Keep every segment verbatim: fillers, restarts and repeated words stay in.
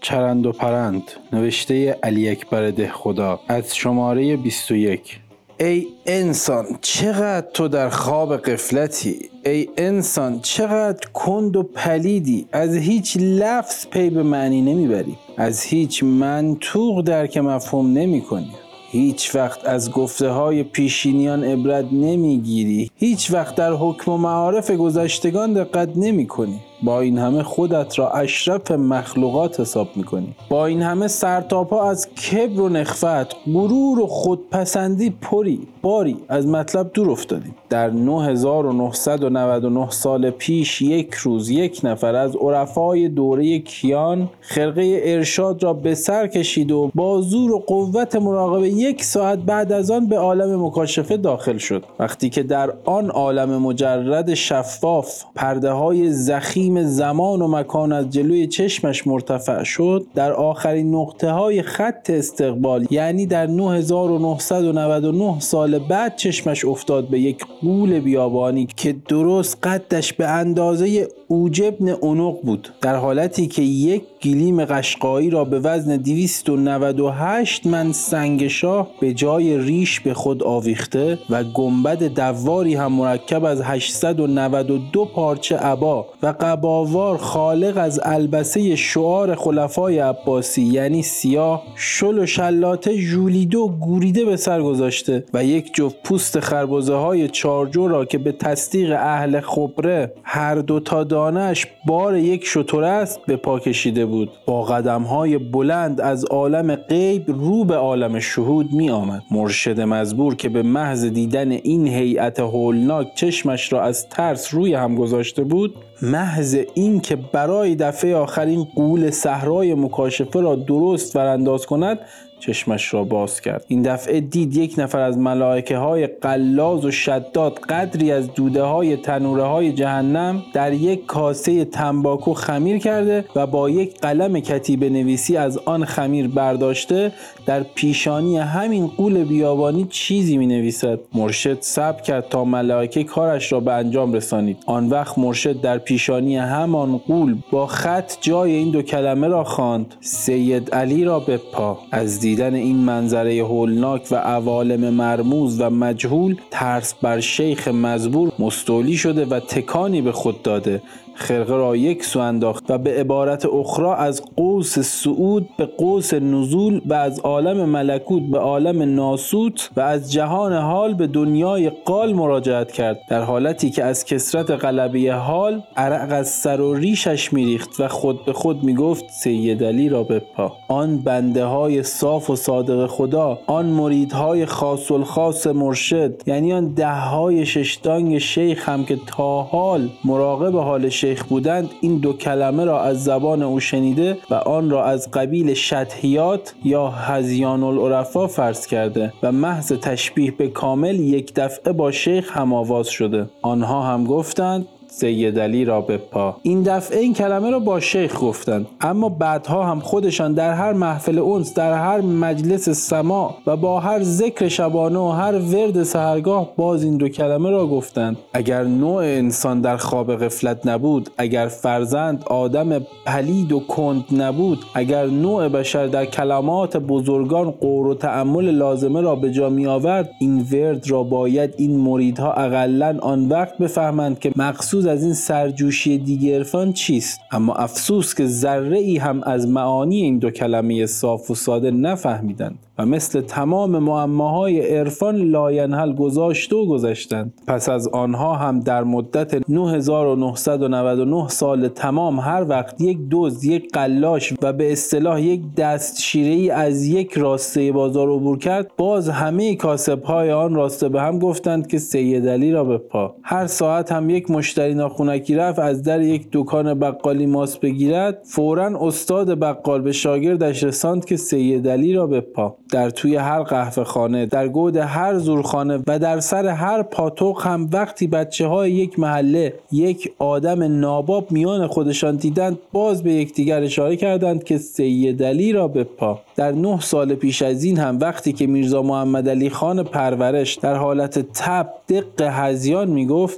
چرند و پرند، نوشته علی اکبر دهخدا، از شماره بیست و یک. ای انسان چقدر تو در خواب غفلتی، ای انسان چقدر کند و پلیدی، از هیچ لفظ پی به معنی نمیبری، از هیچ منطوق درک مفهوم نمی کنی، هیچ وقت از گفته های پیشینیان عبرت نمیگیری، هیچ وقت در حکم و معارف گذشتگان دقت نمی کنی. با این همه خودت را اشرف مخلوقات حساب میکنی. با این همه سرتاپا از کبر و نخوت، غرور و خودپسندی پری باری از مطلب دور افتادی. در نه هزار و نهصد و نود و نه سال پیش یک روز یک نفر از عرفای دوره کیان خرقه ارشاد را به سر کشید و با زور و قوت مراقبه یک ساعت بعد از آن به عالم مکاشفه داخل شد. وقتی که در آن عالم مجرد شفاف پرده های زخیم زمان و مکان از جلوی چشمش مرتفع شد، در آخرین نقطه های خط استقبال، یعنی در نه هزار و نهصد و نود و نه سال بعد، چشمش افتاد به یک غول بیابانی که درست قدش به اندازه اوج ابن عنق بود، در حالتی که یک گلیم قشقایی را به وزن دویست و نود و هشت من سنگ شاه به جای ریش به خود آویخته و گنبد دواری هم مرکب از هشتصد و نود و دو پارچه عبا و قباوار خالق از البسه شعار خلفای عباسی، یعنی سیاه، شل و شلاته ژولیده و گوریده به سر گذاشته و یک جفت پوست خربزه های چارجو را که به تصدیق اهل خبره هر دو تا دانش بار یک شتر است به پا کشیده بود. با قدم های بلند از عالم غیب رو به عالم شهود می آمد. مرشد مزبور که به محض دیدن این هیئت هولناک چشمش را از ترس روی هم گذاشته بود، محض این که برای دفعه آخرین غول صحرای مکاشفه را درست ورانداز کند چشمش را باز کرد. این دفعه دید یک نفر از ملائکه های قلاز و شداد قدری از دوده های تنوره های جهنم در یک کاسه تنباکو خمیر کرده و با یک قلم کتیبه نویسی از آن خمیر برداشته در پیشانی همین غول بیابانی چیزی می نویسد. مرشد صبر کرد تا ملائکه کارش را به انجام رسانید. آن وقت مرشد در پیشانی همان غول با خط جای این دو کلمه را خواند: سید علی را بپا. از دیدن این منظره هولناک و عوالم مرموز و مجهول، ترس بر شیخ مزبور مستولی شده و تکانی به خود داده، خرقه را یک سو انداخت و به عبارت اخرى از قوس صعود به قوس نزول و از عالم ملکوت به عالم ناسوت و از جهان حال به دنیای قال مراجعت کرد، در حالتی که از کثرت غلبه حال عرق از سر و ریشش میریخت و خود به خود میگفت: سید علی را بپا. آن بنده های صاف و صادق خدا، آن مریدهای خاص الخاص مرشد، یعنی آن ده های ششتانگ شیخ هم که تا حال مراقب حال شیخ بودند، این دو کلمه را از زبان او شنیده و آن را از قبیل شطحیات یا هذیان العرفا فرض کرده و محض تشبیه به کامل یک دفعه با شیخ هم آواز شده. آنها هم گفتند: سید علی را بپا. این دفعه این کلمه را با شیخ گفتند، اما بعدها هم خودشان در هر محفل انس، در هر مجلس سماع و با هر ذکر شبانه و هر ورد سحرگاه باز این دو کلمه را گفتند. اگر نوع انسان در خواب غفلت نبود، اگر فرزند آدم پلید و کند نبود، اگر نوع بشر در کلمات بزرگان غور و تأمل لازمه را به جا می آورد، این ورد را باید این مریدها اقلن آن وقت بفهمند که مقصود از این سرجوشی دیگر عرفان چیست. اما افسوس که ذره ای هم از معانی این دو کلمه صاف و ساده نفهمیدند و مثل تمام معماهای عرفان لاینحل گذاشت و گذشتند. پس از آنها هم در مدت نه هزار و نهصد و نود و نه سال تمام هر وقت یک دزد، یک قلاش و به اصطلاح یک دستشیره‌ای از یک راسته بازار عبور کرد، باز همه کاسب‌های آن راسته به هم گفتند که سید علی را بپا. هر ساعت هم یک مشتری ناخونکی رفت از در یک دکان بقالی ماست بگیرد، فوراً استاد بقال به شاگردش رساند که سید علی را بپا. در توی هر قهوه خانه، در گود هر زورخانه و در سر هر پاتوق هم وقتی بچه های یک محله یک آدم ناباب میان خودشان دیدند، باز به یکدیگر اشاره کردند که سید علی را بپا. در نه سال پیش از این هم وقتی که میرزا محمد علی خان پرورش در حالت تب دق هذیان میگفت: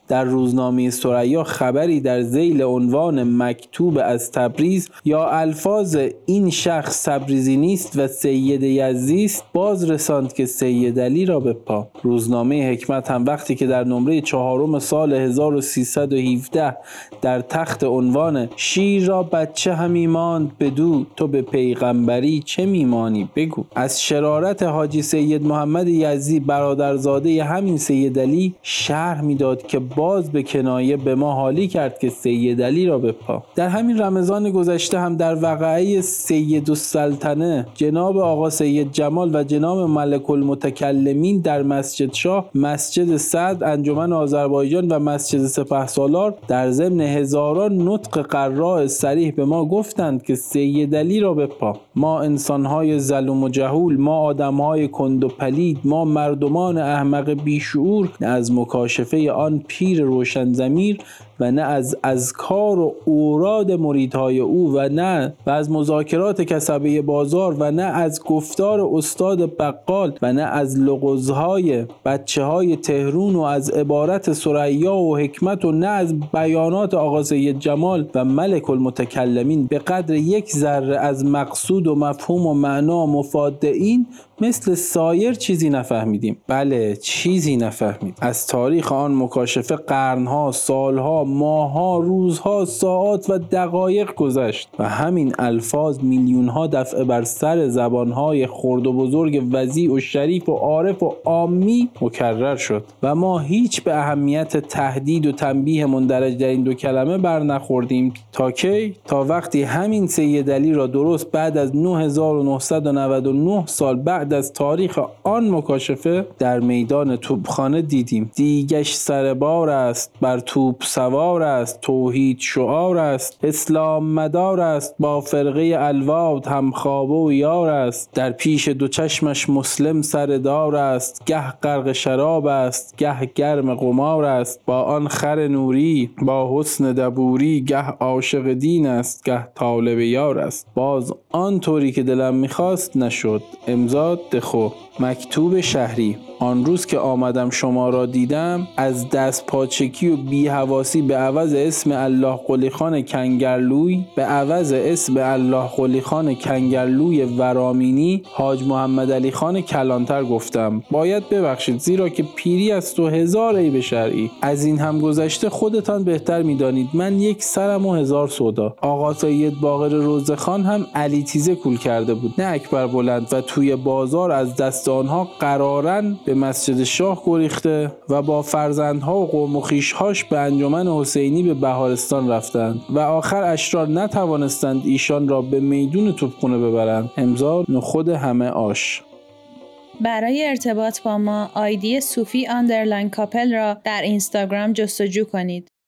در روزنامه ثریا خبری در ذیل عنوان مکتوب از تبریز یا الفاظ این شخص تبریزی نیست و سید یزدی است باز رساند که سید علی را به پا. روزنامه حکمت هم وقتی که در نمره چهارم سال هزار و سیصد و هفده در تخت عنوان شیر را بچه همی ماند بدو تو به پیغمبری چه میمانی بگو از شرارت حاجی سید محمد یزدی برادرزاده همین سید علی شرح میداد که باز به کنایه به ما حالی کرد که سید علی را به پا. در همین رمضان گذشته هم در وقعه سید السلطنه جناب آقا سید جمال و جناب ملک المتکلمین در مسجد شاه، مسجد سعد، انجمن آذربایجان و مسجد سپهسالار در ضمن هزاران نطق قراء صریح به ما گفتند که سید علی را به پا. ما انسان‌های ظلم و جهول، ما آدم‌های کند و پلید، ما مردمان احمق بیشعور نه از مکاشفه آن پیر روشن ضمیر و نه از اذکار و اوراد مریدهای او و نه و از مذاکرات کسبه بازار و نه از گفتار استاد بقال و نه از لغزهای بچه های تهرون و از عبارت ثریا و حکمت و نه از بیانات آقا سید جمال و ملک المتکلمین به قدر یک ذره از مقصود و مفهوم و معنا و مفاد این مثل سایر چیزی نفهمیدیم. بله چیزی نفهمید. از تاریخ آن مکاشفه قرنها، سالها، ماهها، روزها، ساعات و دقایق گذشت و همین الفاظ میلیونها دفعه بر سر زبانهای خرد و بزرگ وضیع و شریف و عارف و عامی مکرر شد و ما هیچ به اهمیت تهدید و تنبیه مندرج در این دو کلمه بر نخوردیم. تا کی؟ تا وقتی همین سید علی را درست بعد از نه هزار و نهصد و نود و نه سال بعد از تاریخ آن مکاشفه در میدان توپخانه دیدیم. دیگش سر بار است، بر توپ سوار است، توحید شعار است، اسلام مدار است، با فرقه الواد هم خوابه و یار است، در پیش دو چشمش مسلم سردار است، گه غرق شراب است، گه گرم قمار است، با آن خر نوری با حسن دبوری گه عاشق دین است، گه طالب یار است. باز آن طوری که دلم میخواست نشد. امضا دخو. مکتوب شهری. آن روز که آمدم شما را دیدم از دست پاچکی و بی‌حواسی به عوض اسم الله قلی خان کنگرلوی به عوض اسم الله قلی خان کنگرلوی ورامینی حاج محمد علی خان کلانتر گفتم. باید ببخشید زیرا که پیری است و هزار عیب شرعی. از این هم گذشته خودتان بهتر می‌دانید من یک سرم و هزار سودا. آقا سید باقر روزخان هم علی تیزه کول کرده بود نه اکبر بلند و توی بازار از دست آنها قرارن به مسجد شاه گریخته و با فرزندها و قوم و خویش‌هاش به انجمن حسینی به بهارستان رفتند و آخر اشرار نتوانستند ایشان را به میدون توپخانه ببرند. امضا نخود همه آش. برای ارتباط با ما آیدی صوفی آندرلاین کاپل را در اینستاگرام جستجو کنید.